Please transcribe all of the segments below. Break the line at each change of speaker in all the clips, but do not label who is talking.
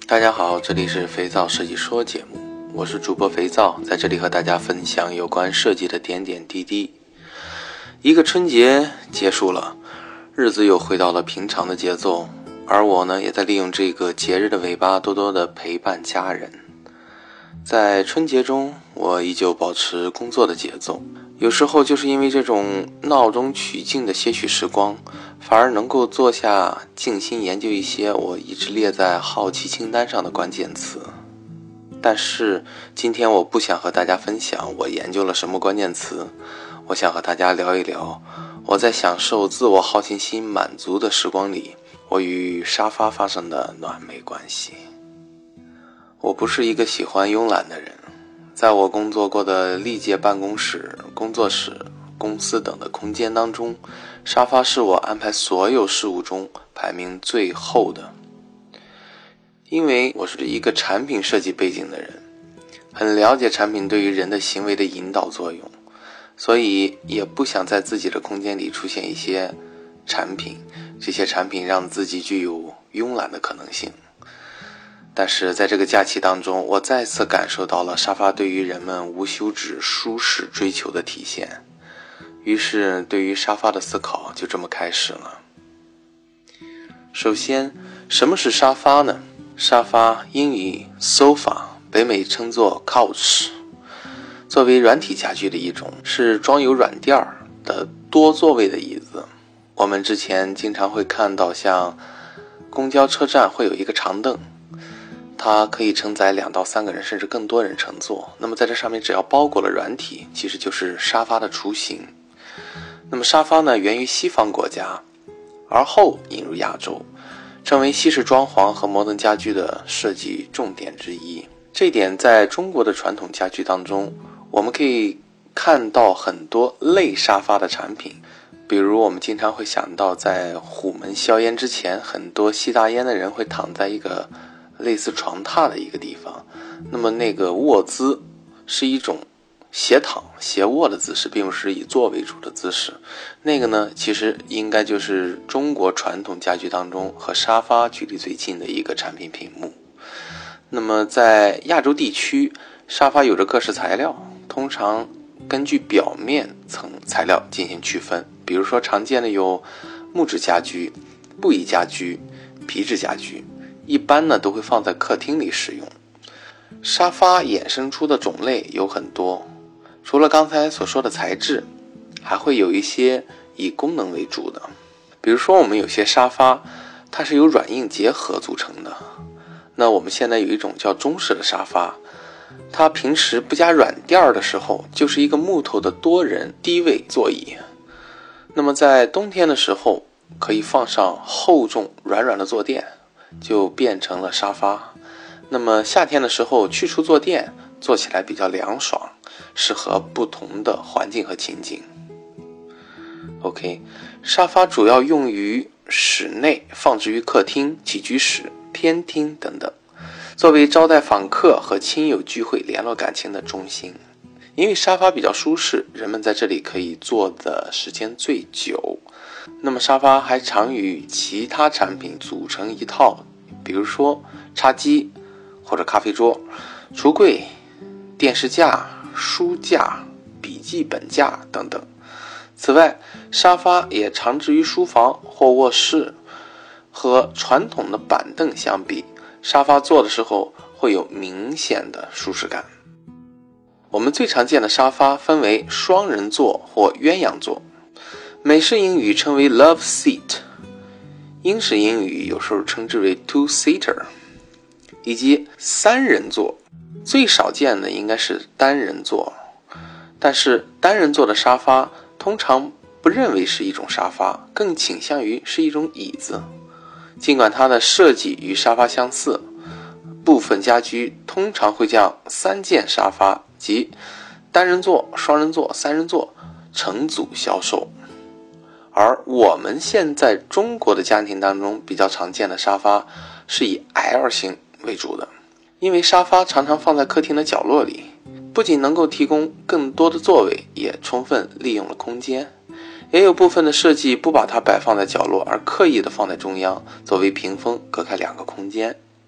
大家好，这里是肥皂设计说节目，我是主播肥皂，在这里和大家分享有关设计的点点滴滴。一个春节结束了，日子又回到了平常的节奏，而我呢，也在利用这个节日的尾巴多多的陪伴家人。在春节中，我依旧保持工作的节奏，有时候就是因为这种闹中取静的些许时光，反而能够坐下静心研究一些我一直列在好奇清单上的关键词。但是今天我不想和大家分享我研究了什么关键词，我想和大家聊一聊我在享受自我好奇心满足的时光里，我与沙发发生的暖美关系。我不是一个喜欢慵懒的人，在我工作过的历届办公室、工作室、公司等的空间当中，沙发是我安排所有事物中排名最后的。因为我是一个产品设计背景的人，很了解产品对于人的行为的引导作用，所以也不想在自己的空间里出现一些产品，这些产品让自己具有慵懒的可能性。但是在这个假期当中，我再次感受到了沙发对于人们无休止舒适追求的体现，于是对于沙发的思考就这么开始了。首先，什么是沙发呢？沙发英语 sofa， 北美称作 couch， 作为软体家具的一种，是装有软垫的多座位的椅子。我们之前经常会看到像公交车站会有一个长凳，它可以承载2到3个人甚至更多人乘坐，那么在这上面只要包裹了软体，其实就是沙发的雏形。那么沙发呢，源于西方国家，而后引入亚洲，成为西式装潢和摩登家居的设计重点之一。这一点在中国的传统家居当中，我们可以看到很多类沙发的产品，比如我们经常会想到在虎门硝烟之前，很多吸大烟的人会躺在一个类似床榻的一个地方，那么那个卧姿是一种斜躺斜卧的姿势，并不是以坐为主的姿势。那个呢，其实应该就是中国传统家居当中和沙发距离最近的一个产品屏幕。那么在亚洲地区，沙发有着各式材料，通常根据表面层材料进行区分，比如说常见的有木质家居、布艺家居、皮质家居，一般呢都会放在客厅里使用。沙发衍生出的种类有很多，除了刚才所说的材质，还会有一些以功能为主的。比如说我们有些沙发它是由软硬结合组成的，那我们现在有一种叫中式的沙发，它平时不加软垫的时候就是一个木头的多人低位座椅，那么在冬天的时候可以放上厚重软软的坐垫，就变成了沙发。那么夏天的时候去除坐垫，坐起来比较凉爽，适合不同的环境和情景。OK， 沙发主要用于室内，放置于客厅、起居室、偏厅等等，作为招待访客和亲友聚会联络感情的中心。因为沙发比较舒适，人们在这里可以坐的时间最久。那么沙发还常与其他产品组成一套，比如说茶几或者咖啡桌、橱柜、电视架、书架、笔记本架等等。此外，沙发也常置于书房或卧室，和传统的板凳相比，沙发坐的时候会有明显的舒适感。我们最常见的沙发分为双人座或鸳鸯座，美式英语称为 love seat， 英式英语有时候称之为 two-seater， 以及3人座。最少见的应该是单人座，但是单人座的沙发通常不认为是一种沙发，更倾向于是一种椅子。尽管它的设计与沙发相似，部分家居通常会将3件沙发即单人座、双人座、3人座成组销售。而我们现在中国的家庭当中比较常见的沙发是以 L 型为主的，因为沙发常常放在客厅的角落里，不仅能够提供更多的座位，也充分利用了空间。也有部分的设计不把它摆放在角落，而刻意的放在中央，作为屏风隔开2个空间。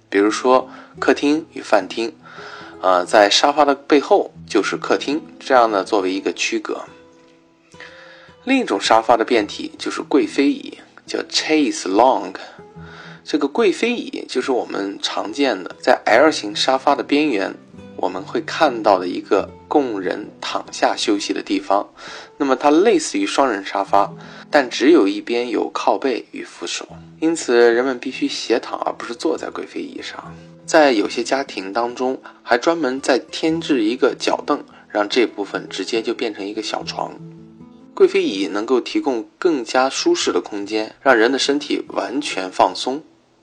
比如说客厅与饭厅，在沙发的背后就是客厅，这样呢作为一个区隔。另一种沙发的变体就是贵妃椅，叫 chaise longue。这个贵妃椅就是我们常见的在 L 型沙发的边缘我们会看到的一个供人躺下休息的地方。那么它类似于双人沙发，但只有一边有靠背与扶手，因此人们必须斜躺而不是坐在贵妃椅上。在有些家庭当中还专门再添置一个脚凳，让这部分直接就变成一个小床。贵妃椅能够提供更加舒适的空间，让人的身体完全放松。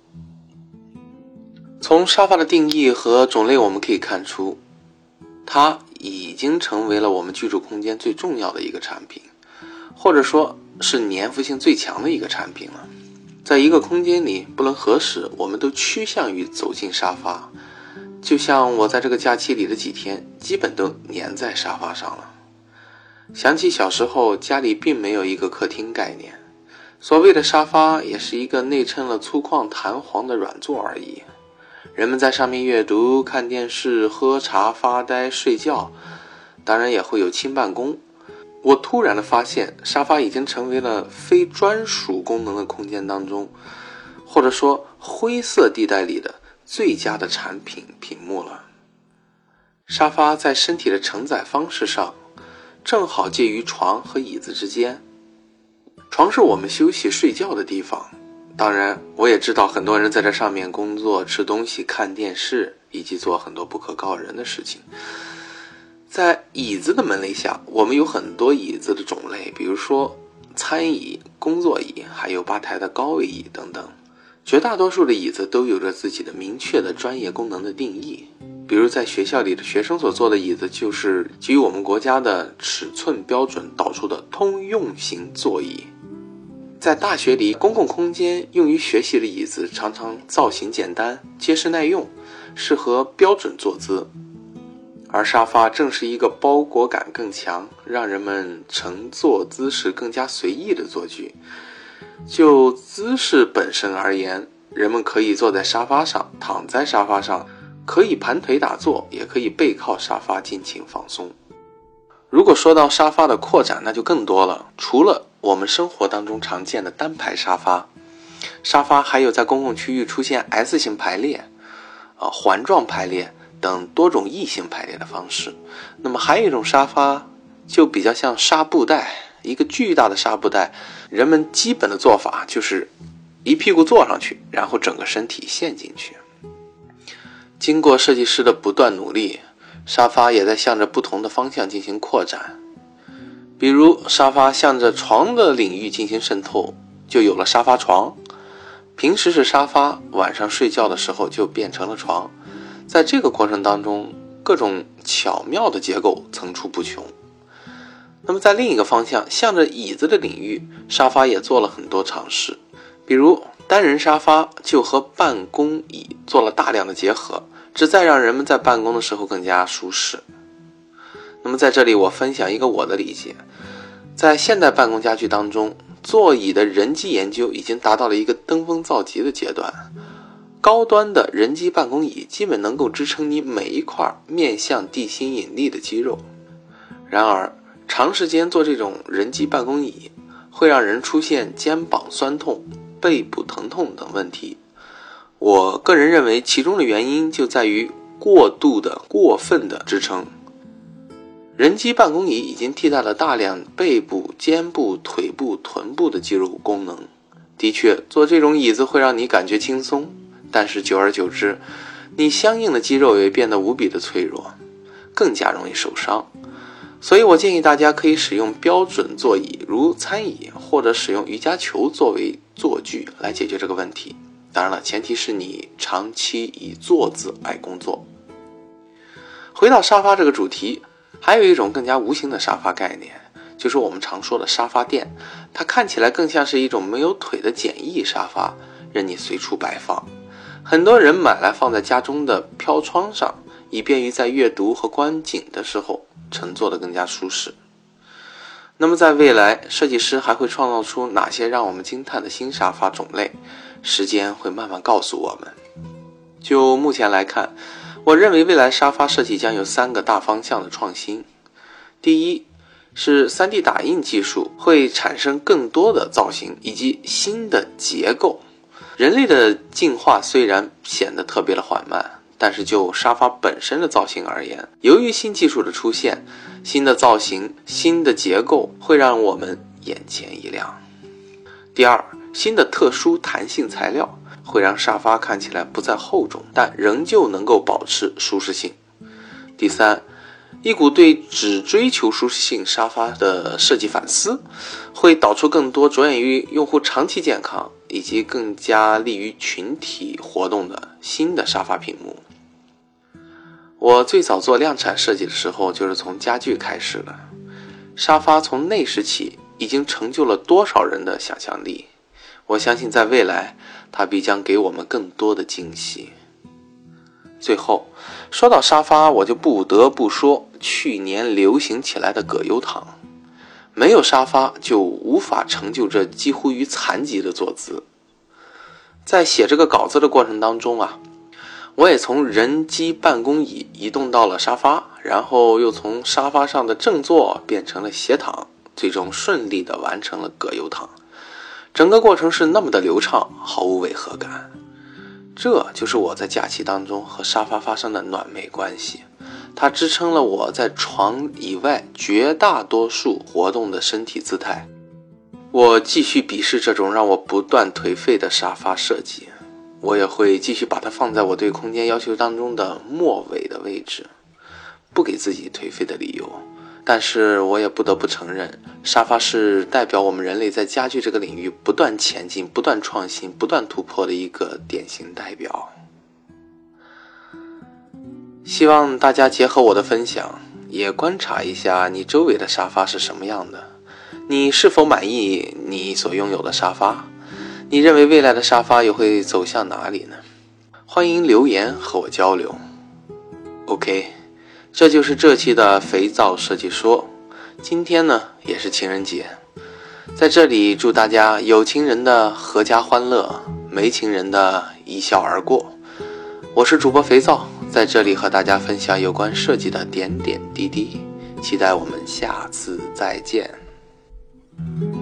从沙发的定义和种类我们可以看出，它已经成为了我们居住空间最重要的一个产品，或者说是粘附性最强的一个产品了。在一个空间里，不论何时我们都趋向于走进沙发，就像我在这个假期里的几天基本都粘在沙发上了。想起小时候家里并没有一个客厅概念，所谓的沙发也是一个内衬了粗犷弹簧的软座而已。人们在上面阅读、看电视、喝茶、发呆、睡觉，当然也会有轻办公。我突然的发现，沙发已经成为了非专属功能的空间当中，或者说灰色地带里的最佳的产品屏幕了。沙发在身体的承载方式上正好介于床和椅子之间。床是我们休息睡觉的地方，当然我也知道很多人在这上面工作、吃东西、看电视，以及做很多不可告人的事情。在椅子的门类下，我们有很多椅子的种类，比如说餐椅、工作椅，还有吧台的高位椅等等。绝大多数的椅子都有着自己的明确的专业功能的定义，比如在学校里的学生所坐的椅子就是基于我们国家的尺寸标准导出的通用型座椅。在大学里，公共空间用于学习的椅子常常造型简单、结实耐用，适合标准坐姿。而沙发正是一个包裹感更强，让人们乘坐姿势更加随意的坐具。就姿势本身而言，人们可以坐在沙发上，躺在沙发上，可以盘腿打坐，也可以背靠沙发尽情放松。如果说到沙发的扩展，那就更多了。除了我们生活当中常见的单排沙发，沙发还有在公共区域出现 S 型排列、环状排列等多种异形排列的方式。那么还有一种沙发就比较像纱布袋，一个巨大的纱布袋，人们基本的做法就是一屁股坐上去，然后整个身体陷进去。经过设计师的不断努力，沙发也在向着不同的方向进行扩展。比如沙发向着床的领域进行渗透，就有了沙发床。平时是沙发，晚上睡觉的时候就变成了床。在这个过程当中，各种巧妙的结构层出不穷。那么在另一个方向，向着椅子的领域，沙发也做了很多尝试。比如单人沙发就和办公椅做了大量的结合，旨在让人们在办公的时候更加舒适。那么在这里我分享一个我的理解，在现代办公家具当中，座椅的人机研究已经达到了一个登峰造极的阶段。高端的人机办公椅基本能够支撑你每一块面向地心引力的肌肉。然而长时间坐这种人机办公椅会让人出现肩膀酸痛、背部疼痛等问题。我个人认为其中的原因就在于过分的支撑。人机办公椅已经替代了大量背部、肩部、腿部、臀部的肌肉功能。的确，坐这种椅子会让你感觉轻松，但是久而久之，你相应的肌肉也变得无比的脆弱，更加容易受伤。所以我建议大家可以使用标准座椅，如餐椅，或者使用瑜伽球作为坐具来解决这个问题。当然了，前提是你长期以坐姿来工作。回到沙发这个主题，还有一种更加无形的沙发概念，就是我们常说的沙发垫。它看起来更像是一种没有腿的简易沙发，任你随处摆放。很多人买来放在家中的飘窗上，以便于在阅读和观景的时候乘坐得更加舒适。那么在未来，设计师还会创造出哪些让我们惊叹的新沙发种类？时间会慢慢告诉我们。 就目前来看，我认为未来沙发设计将有3个大方向的创新。第一是 3D 打印技术会产生更多的造型以及新的结构。人类的进化虽然显得特别的缓慢，但是就沙发本身的造型而言，由于新技术的出现，新的造型、新的结构会让我们眼前一亮。第二，新的特殊弹性材料会让沙发看起来不再厚重，但仍旧能够保持舒适性。第三，一股对只追求舒适性沙发的设计反思，会导出更多着眼于用户长期健康以及更加利于群体活动的新的沙发屏幕。我最早做量产设计的时候就是从家具开始的，沙发从那时起已经成就了多少人的想象力，我相信在未来它必将给我们更多的惊喜。最后说到沙发，我就不得不说去年流行起来的葛优躺，没有沙发就无法成就这几乎于残疾的坐姿。在写这个稿子的过程当中我也从人机办公椅移动到了沙发，然后又从沙发上的正坐变成了斜躺，最终顺利地完成了葛优躺。整个过程是那么的流畅，毫无违和感。这就是我在假期当中和沙发发生的暖昧关系，它支撑了我在床以外绝大多数活动的身体姿态。我继续鄙视这种让我不断颓废的沙发设计，我也会继续把它放在我对空间要求当中的末尾的位置，不给自己颓废的理由。但是我也不得不承认，沙发是代表我们人类在家具这个领域不断前进、不断创新、不断突破的一个典型代表。希望大家结合我的分享，也观察一下你周围的沙发是什么样的，你是否满意你所拥有的沙发？你认为未来的沙发又会走向哪里呢？欢迎留言和我交流。OK， 这就是这期的肥皂设计说。今天呢也是情人节，在这里祝大家有情人的阖家欢乐，没情人的一笑而过。我是主播肥皂，在这里和大家分享有关设计的点点滴滴，期待我们下次再见。